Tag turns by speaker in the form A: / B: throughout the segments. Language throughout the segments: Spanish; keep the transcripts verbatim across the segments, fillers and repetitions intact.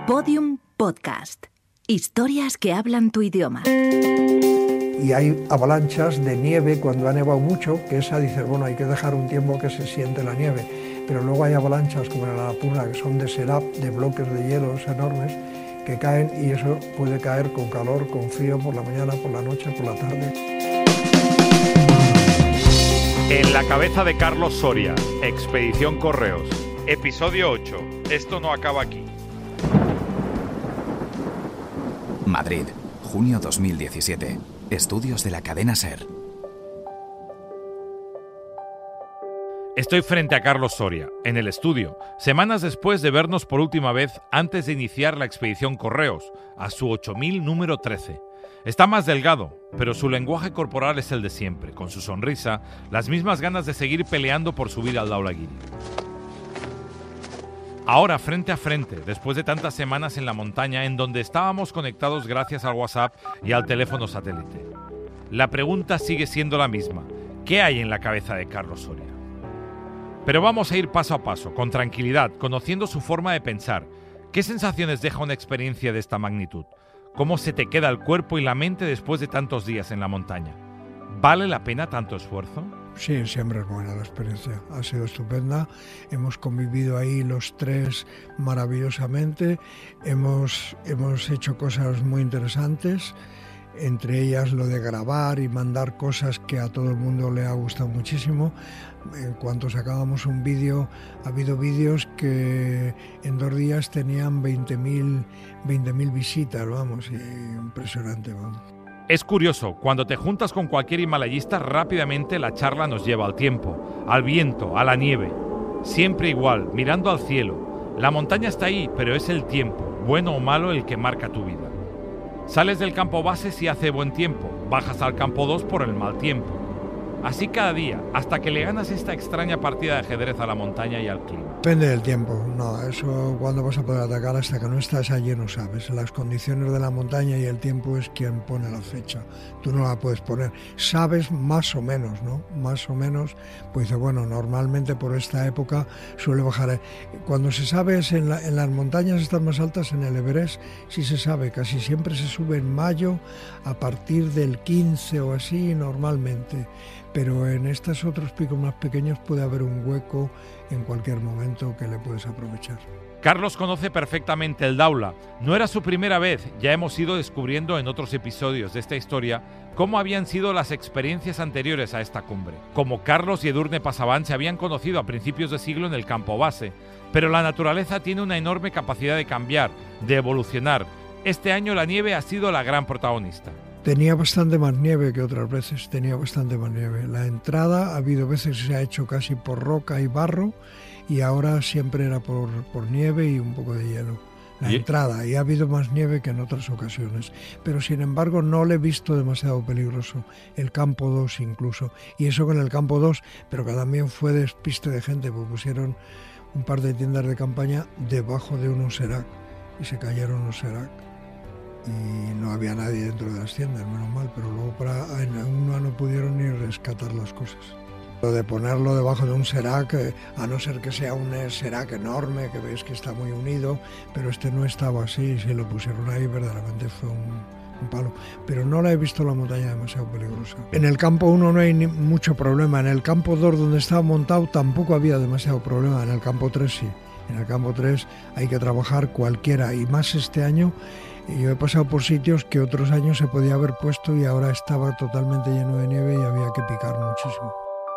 A: Podium Podcast. Historias que hablan tu idioma.
B: Y hay avalanchas de nieve cuando ha nevado mucho, que esa dices, bueno, hay que dejar un tiempo que se siente la nieve. Pero luego hay avalanchas como en la Annapurna, que son de serap, de bloques de hielos enormes, que caen y eso puede caer con calor, con frío, por la mañana, por la noche, por la tarde.
C: En la cabeza de Carlos Soria, Expedición Correos, episodio ocho. Esto no acaba aquí.
D: Madrid, junio dos mil diecisiete. Estudios de la cadena SER.
C: Estoy frente a Carlos Soria, en el estudio, semanas después de vernos por última vez antes de iniciar la Expedición Correos, a su ocho mil número trece. Está más delgado, pero su lenguaje corporal es el de siempre, con su sonrisa, las mismas ganas de seguir peleando por subir al Dhaulagiri. Ahora, frente a frente, después de tantas semanas en la montaña en donde estábamos conectados gracias al WhatsApp y al teléfono satélite. La pregunta sigue siendo la misma. ¿Qué hay en la cabeza de Carlos Soria? Pero vamos a ir paso a paso, con tranquilidad, conociendo su forma de pensar. ¿Qué sensaciones deja una experiencia de esta magnitud? ¿Cómo se te queda el cuerpo y la mente después de tantos días en la montaña? ¿Vale la pena tanto esfuerzo?
B: Sí, siempre es buena la experiencia, ha sido estupenda, hemos convivido ahí los tres maravillosamente, hemos, hemos hecho cosas muy interesantes, entre ellas lo de grabar y mandar cosas que a todo el mundo le ha gustado muchísimo. En cuanto sacábamos un vídeo, ha habido vídeos que en dos días tenían veinte mil visitas, vamos, y impresionante, vamos.
C: Es curioso, cuando te juntas con cualquier himalayista, rápidamente la charla nos lleva al tiempo, al viento, a la nieve. Siempre igual, mirando al cielo. La montaña está ahí, pero es el tiempo, bueno o malo, el que marca tu vida. Sales del campo base si hace buen tiempo, bajas al campo dos por el mal tiempo. Así cada día, hasta que le ganas esta extraña partida de ajedrez a la montaña y al clima.
B: Depende del tiempo, no, eso cuando vas a poder atacar hasta que no estás allí no sabes. Las condiciones de la montaña y el tiempo es quien pone la fecha, tú no la puedes poner. Sabes más o menos, ¿no? Más o menos, pues dice, bueno, normalmente por esta época suele bajar. Cuando se sabe es en, la, en las montañas estas más altas, en el Everest, sí se sabe, casi siempre se sube en mayo, a partir del quince o así normalmente. Pero en estos otros picos más pequeños puede haber un hueco en cualquier momento que le puedes aprovechar.
C: Carlos conoce perfectamente el Daula. No era su primera vez, ya hemos ido descubriendo en otros episodios de esta historia cómo habían sido las experiencias anteriores a esta cumbre. Como Carlos y Edurne Pasaban se habían conocido a principios de siglo en el campo base, pero la naturaleza tiene una enorme capacidad de cambiar, de evolucionar. Este año la nieve ha sido la gran protagonista.
B: Tenía bastante más nieve que otras veces, tenía bastante más nieve. La entrada ha habido veces que se ha hecho casi por roca y barro y ahora siempre era por, por nieve y un poco de hielo. La ¿Y? entrada, y ha habido más nieve que en otras ocasiones. Pero sin embargo no le he visto demasiado peligroso. El campo dos incluso. Y eso con el campo dos, pero que también fue despiste de gente, porque pusieron un par de tiendas de campaña debajo de unos serac y se cayeron los serac. Y no había nadie dentro de las tiendas, menos mal, pero luego para, en una no pudieron ni rescatar las cosas. Lo de ponerlo debajo de un serac, a no ser que sea un serac enorme, que veis que está muy unido, pero este no estaba así, si lo pusieron ahí verdaderamente fue un, un palo. Pero no la he visto la montaña demasiado peligrosa. En el campo uno no hay ni mucho problema, en el campo dos donde estaba montado tampoco había demasiado problema, en el campo tres sí. En el campo tres hay que trabajar cualquiera, y más este año. Yo he pasado por sitios que otros años se podía haber puesto y ahora estaba totalmente lleno de nieve y había que picar muchísimo.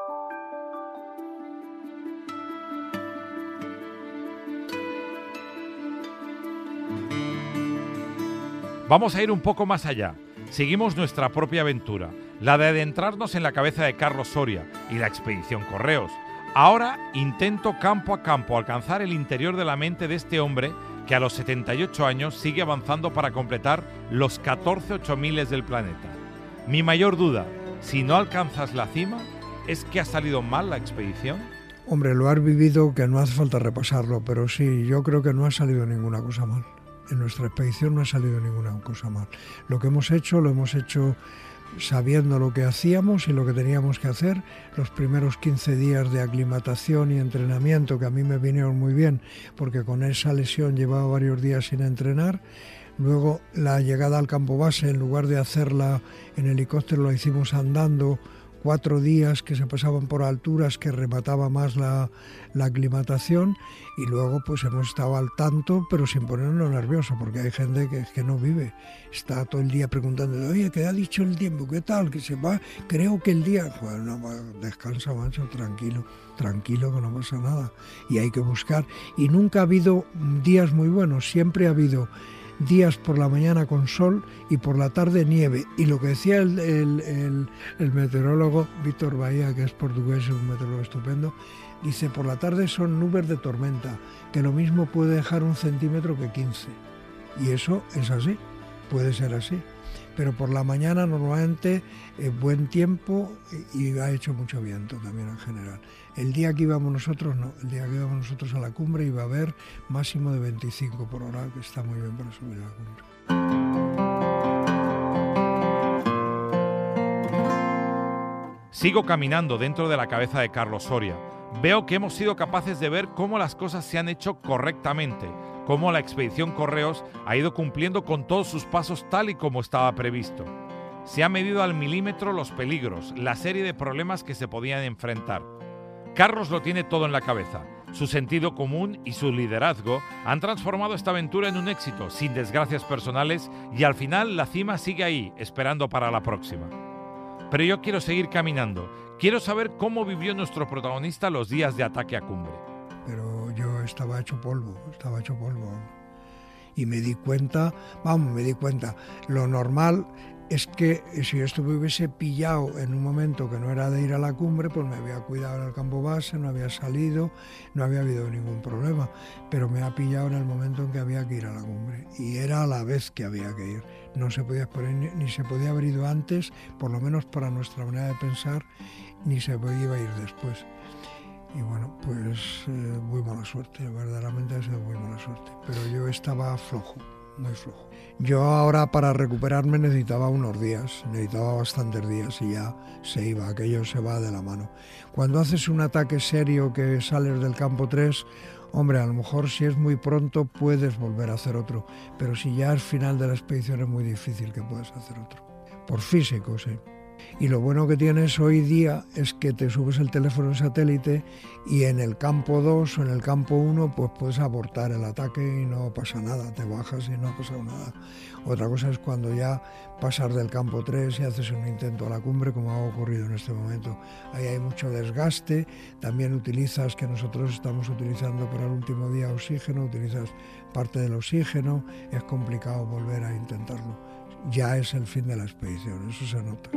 C: Vamos a ir un poco más allá. Seguimos nuestra propia aventura, la de adentrarnos en la cabeza de Carlos Soria y la Expedición Correos. Ahora intento campo a campo alcanzar el interior de la mente de este hombre que a los setenta y ocho años sigue avanzando para completar los catorce ocho miles del planeta. Mi mayor duda, si no alcanzas la cima, ¿es que ha salido mal la expedición?
B: Hombre, lo has vivido, que no hace falta repasarlo, pero sí, yo creo que no ha salido ninguna cosa mal. En nuestra expedición no ha salido ninguna cosa mal. Lo que hemos hecho, lo hemos hecho sabiendo lo que hacíamos y lo que teníamos que hacer. Los primeros quince días de aclimatación y entrenamiento, que a mí me vinieron muy bien, porque con esa lesión llevaba varios días sin entrenar. Luego la llegada al campo base, en lugar de hacerla en helicóptero, la hicimos andando, cuatro días que se pasaban por alturas, que remataba más la, la aclimatación, y luego pues hemos estado al tanto, pero sin ponernos nerviosos, porque hay gente que, que no vive, está todo el día preguntando, oye, ¿qué ha dicho el tiempo? ¿Qué tal? Que se va, creo que el día... Bueno, descansa, macho, tranquilo, tranquilo, que no pasa nada, y hay que buscar, y nunca ha habido días muy buenos, siempre ha habido días por la mañana con sol y por la tarde nieve. Y lo que decía el, el, el, el meteorólogo Víctor Bahía, que es portugués, un meteorólogo estupendo, dice, por la tarde son nubes de tormenta, que lo mismo puede dejar un centímetro que quince. Y eso es así, puede ser así. Pero por la mañana normalmente eh, buen tiempo y, y ha hecho mucho viento también en general. El día que íbamos nosotros, no, el día que íbamos nosotros a la cumbre iba a haber máximo de veinticinco por hora, que está muy bien para subir a la
C: cumbre. Sigo caminando dentro de la cabeza de Carlos Soria. Veo que hemos sido capaces de ver cómo las cosas se han hecho correctamente, cómo la expedición Correos ha ido cumpliendo con todos sus pasos tal y como estaba previsto. Se ha medido al milímetro los peligros, la serie de problemas que se podían enfrentar. Carlos lo tiene todo en la cabeza. Su sentido común y su liderazgo han transformado esta aventura en un éxito, sin desgracias personales, y al final la cima sigue ahí, esperando para la próxima. Pero yo quiero seguir caminando. Quiero saber cómo vivió nuestro protagonista los días de ataque a cumbre.
B: Pero yo estaba hecho polvo, estaba hecho polvo. Y me di cuenta, vamos, me di cuenta, lo normal es que si esto me hubiese pillado en un momento que no era de ir a la cumbre, pues me había cuidado en el campo base, no había salido, no había habido ningún problema, pero me ha pillado en el momento en que había que ir a la cumbre, y era a la vez que había que ir. No se podía poner, ni, ni se podía haber ido antes, por lo menos para nuestra manera de pensar, ni se podía ir después. Y bueno, pues eh, muy mala suerte, verdaderamente ha sido muy mala suerte, pero yo estaba flojo, muy flojo. Yo ahora para recuperarme necesitaba unos días, necesitaba bastantes días y ya se iba, aquello se va de la mano. Cuando haces un ataque serio que sales del campo tres, hombre, a lo mejor si es muy pronto puedes volver a hacer otro, pero si ya es final de la expedición es muy difícil que puedas hacer otro, por físico, sí. Y lo bueno que tienes hoy día es que te subes el teléfono en satélite y en el campo dos o en el campo uno pues puedes abortar el ataque y no pasa nada, te bajas y no ha pasado nada. Otra cosa es cuando ya pasas del campo tres y haces un intento a la cumbre, como ha ocurrido en este momento. Ahí hay mucho desgaste, también utilizas, que nosotros estamos utilizando para el último día oxígeno, utilizas parte del oxígeno, es complicado volver a intentarlo. Ya es el fin de la expedición, eso se nota.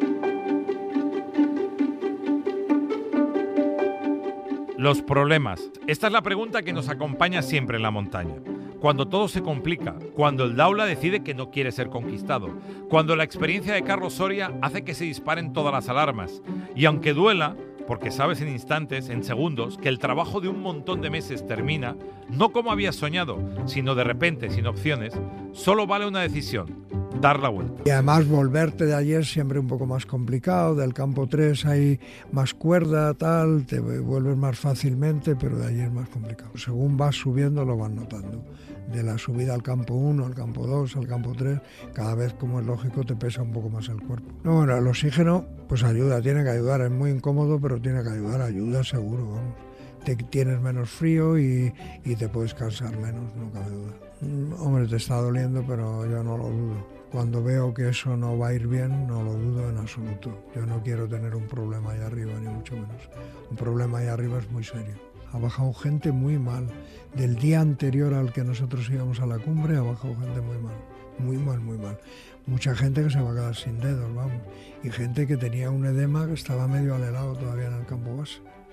C: Los problemas. Esta es la pregunta que nos acompaña siempre en la montaña. Cuando todo se complica, cuando el Daula decide que no quiere ser conquistado, cuando la experiencia de Carlos Soria hace que se disparen todas las alarmas. Y aunque duela, porque sabes en instantes, en segundos, que el trabajo de un montón de meses termina, no como habías soñado, sino de repente, sin opciones, solo vale una decisión: dar la vuelta.
B: Y además volverte de ayer siempre un poco más complicado, del campo tres hay más cuerda, tal, te vuelves más fácilmente, pero de ayer es más complicado. Según vas subiendo lo vas notando. De la subida al campo uno, al campo dos, al campo tres, cada vez, como es lógico, te pesa un poco más el cuerpo. No, bueno, el oxígeno pues ayuda, tiene que ayudar, es muy incómodo, pero tiene que ayudar, ayuda seguro, vamos. Te tienes menos frío y, y te puedes cansar menos, no cabe duda. Hombre, te está doliendo, pero yo no lo dudo. Cuando veo que eso no va a ir bien, no lo dudo en absoluto. Yo no quiero tener un problema ahí arriba, ni mucho menos. Un problema ahí arriba es muy serio. Ha bajado gente muy mal. Del día anterior al que nosotros íbamos a la cumbre, ha bajado gente muy mal. Muy mal, muy mal. Mucha gente que se va a quedar sin dedos, vamos. Y gente que tenía un edema que estaba medio al helado todavía en el campo base.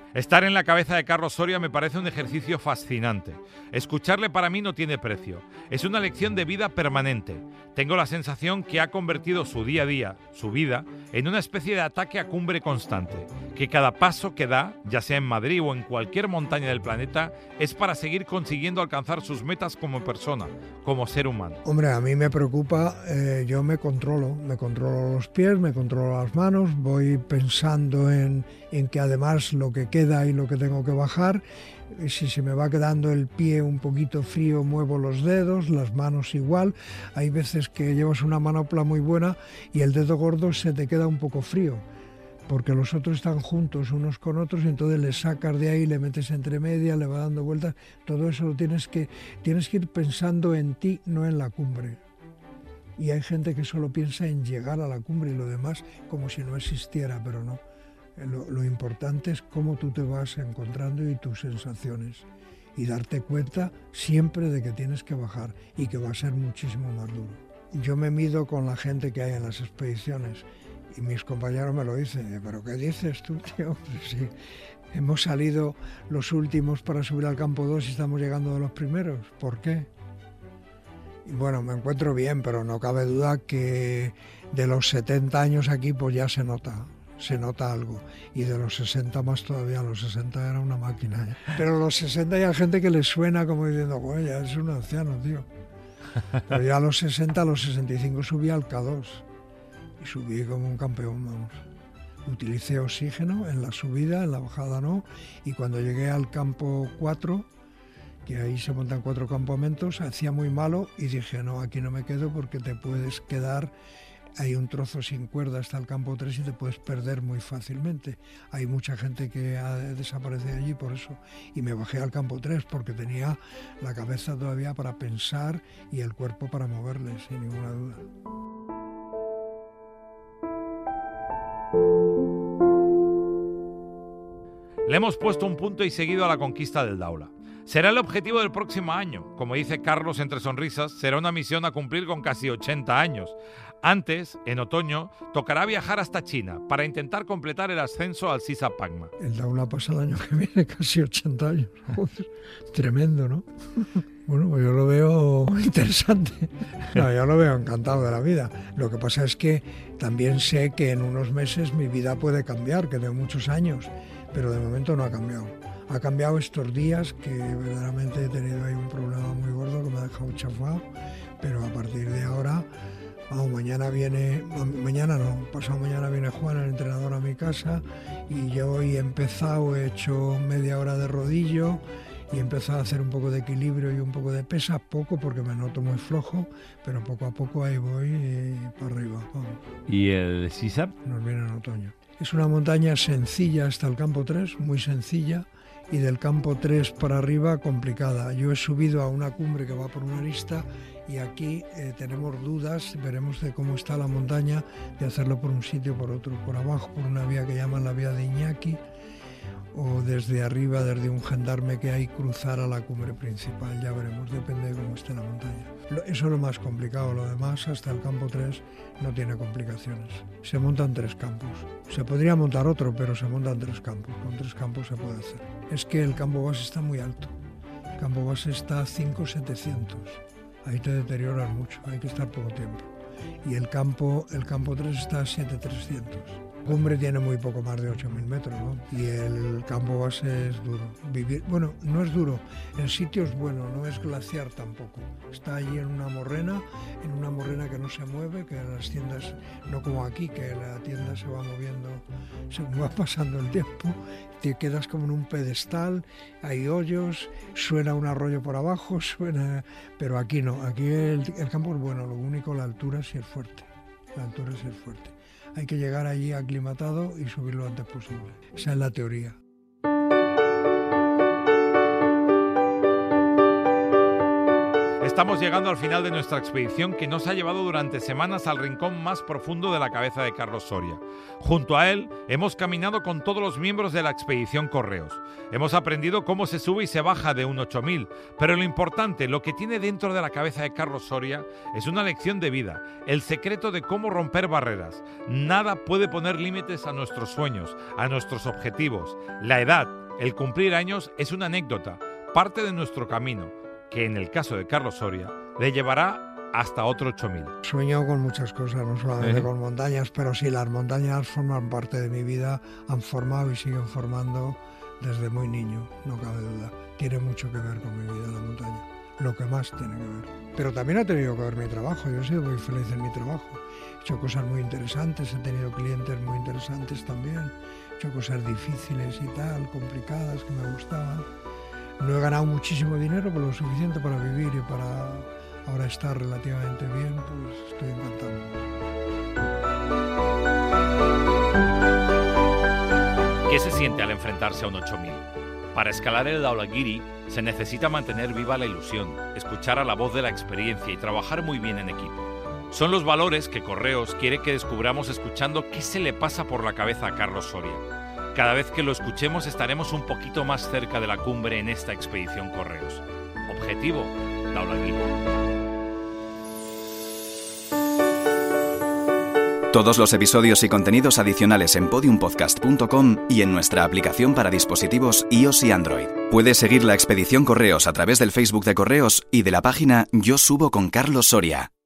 C: Estar en la cabeza de Carlos Soria me parece un ejercicio fascinante. Escucharle para mí no tiene precio. Es una lección de vida permanente. Tengo la sensación que ha convertido su día a día, su vida, en una especie de ataque a cumbre constante. Que cada paso que da, ya sea en Madrid o en cualquier montaña del planeta, es para seguir consiguiendo alcanzar sus metas como persona, como ser humano.
B: Hombre, a mí me preocupa, eh, yo me controlo, me controlo los pies, me controlo las manos, voy pensando en, en que además lo que queda y lo que tengo que bajar, si se me va quedando el pie un poquito frío, muevo los dedos, las manos igual. Hay veces que llevas una manopla muy buena y el dedo gordo se te queda un poco frío, porque los otros están juntos unos con otros y entonces le sacas de ahí, le metes entre medias, le va dando vueltas. Todo eso lo tienes que, tienes que ir pensando en ti, no en la cumbre. Y hay gente que solo piensa en llegar a la cumbre y lo demás como si no existiera, pero no. Lo, lo importante es cómo tú te vas encontrando y tus sensaciones. Y darte cuenta siempre de que tienes que bajar y que va a ser muchísimo más duro. Yo me mido con la gente que hay en las expediciones. Y mis compañeros me lo dicen, ¿pero qué dices tú, tío? Pues sí, hemos salido los últimos para subir al campo dos y estamos llegando de los primeros. ¿Por qué? Y bueno, me encuentro bien, pero no cabe duda que de los setenta años aquí pues ya se nota, se nota algo. Y de los sesenta más todavía, los sesenta era una máquina. ¿eh? Pero a los sesenta hay gente que les suena como diciendo, güey, ya es un anciano, tío. Pero ya a los sesenta, a los sesenta y cinco subí al K dos. Y subí como un campeón, vamos. Utilicé oxígeno en la subida, en la bajada no, y cuando llegué al campo cuatro, que ahí se montan cuatro campamentos, hacía muy malo y dije, no, aquí no me quedo porque te puedes quedar, hay un trozo sin cuerda hasta el campo tres y te puedes perder muy fácilmente. Hay mucha gente que ha desaparecido allí por eso. Y me bajé al campo tres porque tenía la cabeza todavía para pensar y el cuerpo para moverle, sin ninguna duda.
C: Le hemos puesto un punto y seguido a la conquista del Daula. Será el objetivo del próximo año. Como dice Carlos entre sonrisas, será una misión a cumplir con casi ochenta años. Antes, en otoño, tocará viajar hasta China para intentar completar el ascenso al Sisa Pagma.
B: El Daula pasa el año que viene, casi ochenta años. Joder, tremendo, ¿no? Bueno, pues yo lo veo interesante. No, yo lo veo encantado de la vida. Lo que pasa es que también sé que en unos meses mi vida puede cambiar, que de muchos años, pero de momento no ha cambiado. Ha cambiado estos días, que verdaderamente he tenido ahí un problema muy gordo que me ha dejado chafado, pero a partir de ahora, vamos, mañana viene, mañana no, pasado mañana viene Juan, el entrenador, a mi casa, y yo hoy he empezado, he hecho media hora de rodillo, y he empezado a hacer un poco de equilibrio y un poco de pesa, poco porque me noto muy flojo, pero poco a poco ahí voy eh, para arriba. Vamos.
E: ¿Y el Sisap?
B: Nos viene en otoño. Es una montaña sencilla hasta el campo tres, muy sencilla, y del campo tres para arriba complicada. Yo he subido a una cumbre que va por una arista y aquí eh, tenemos dudas, veremos de cómo está la montaña, de hacerlo por un sitio o por otro, por abajo, por una vía que llaman la vía de Iñaki, o desde arriba, desde un gendarme que hay, cruzar a la cumbre principal. Ya veremos, depende de cómo esté la montaña. Eso es lo más complicado, lo demás hasta el campo tres no tiene complicaciones. Se montan tres campos. Se podría montar otro, pero se montan tres campos. Con tres campos se puede hacer. Es que el campo base está muy alto. El campo base está a cinco mil setecientos. Ahí te deterioras mucho, hay que estar poco tiempo. Y el campo, el campo tres está a siete mil trescientos. La cumbre tiene muy poco más de ocho mil metros, ¿no? Y el campo base es duro. Vivir, bueno, no es duro, el sitio es bueno, no es glaciar tampoco. Está allí en una morrena, en una morrena que no se mueve, que las tiendas, no como aquí, que la tienda se va moviendo según va pasando el tiempo. Te quedas como en un pedestal, hay hoyos, suena un arroyo por abajo, suena... Pero aquí no, aquí el, el campo es bueno, lo único, la altura sí es fuerte. La altura sí es fuerte. Hay que llegar allí aclimatado y subir lo antes posible. Esa es la teoría.
C: Estamos llegando al final de nuestra expedición que nos ha llevado durante semanas al rincón más profundo de la cabeza de Carlos Soria. Junto a él hemos caminado con todos los miembros de la expedición Correos. Hemos aprendido cómo se sube y se baja de un ocho mil, pero lo importante, lo que tiene dentro de la cabeza de Carlos Soria es una lección de vida, el secreto de cómo romper barreras. Nada puede poner límites a nuestros sueños, a nuestros objetivos. La edad, el cumplir años es una anécdota, parte de nuestro camino, que en el caso de Carlos Soria le llevará hasta otro ocho mil.
B: Sueño con muchas cosas, no solamente
C: ¿Eh?
B: con montañas, pero sí, las montañas forman parte de mi vida, han formado y siguen formando desde muy niño, no cabe duda. Tiene mucho que ver con mi vida la montaña, lo que más tiene que ver. Pero también ha tenido que ver mi trabajo, yo he sido muy feliz en mi trabajo. He hecho cosas muy interesantes, he tenido clientes muy interesantes también, he hecho cosas difíciles y tal, complicadas, que me gustaban. No he ganado muchísimo dinero, pero lo suficiente para vivir y para ahora estar relativamente bien, pues estoy encantado.
C: ¿Qué se siente al enfrentarse a un ocho mil? Para escalar el Dhaulagiri se necesita mantener viva la ilusión, escuchar a la voz de la experiencia y trabajar muy bien en equipo. Son los valores que Correos quiere que descubramos escuchando qué se le pasa por la cabeza a Carlos Soria. Cada vez que lo escuchemos estaremos un poquito más cerca de la cumbre en esta expedición Correos. Objetivo, Dhaulagiri.
D: Todos los episodios y contenidos adicionales en podium podcast punto com y en nuestra aplicación para dispositivos iOS y Android. Puedes seguir la expedición Correos a través del Facebook de Correos y de la página Yo Subo con Carlos Soria.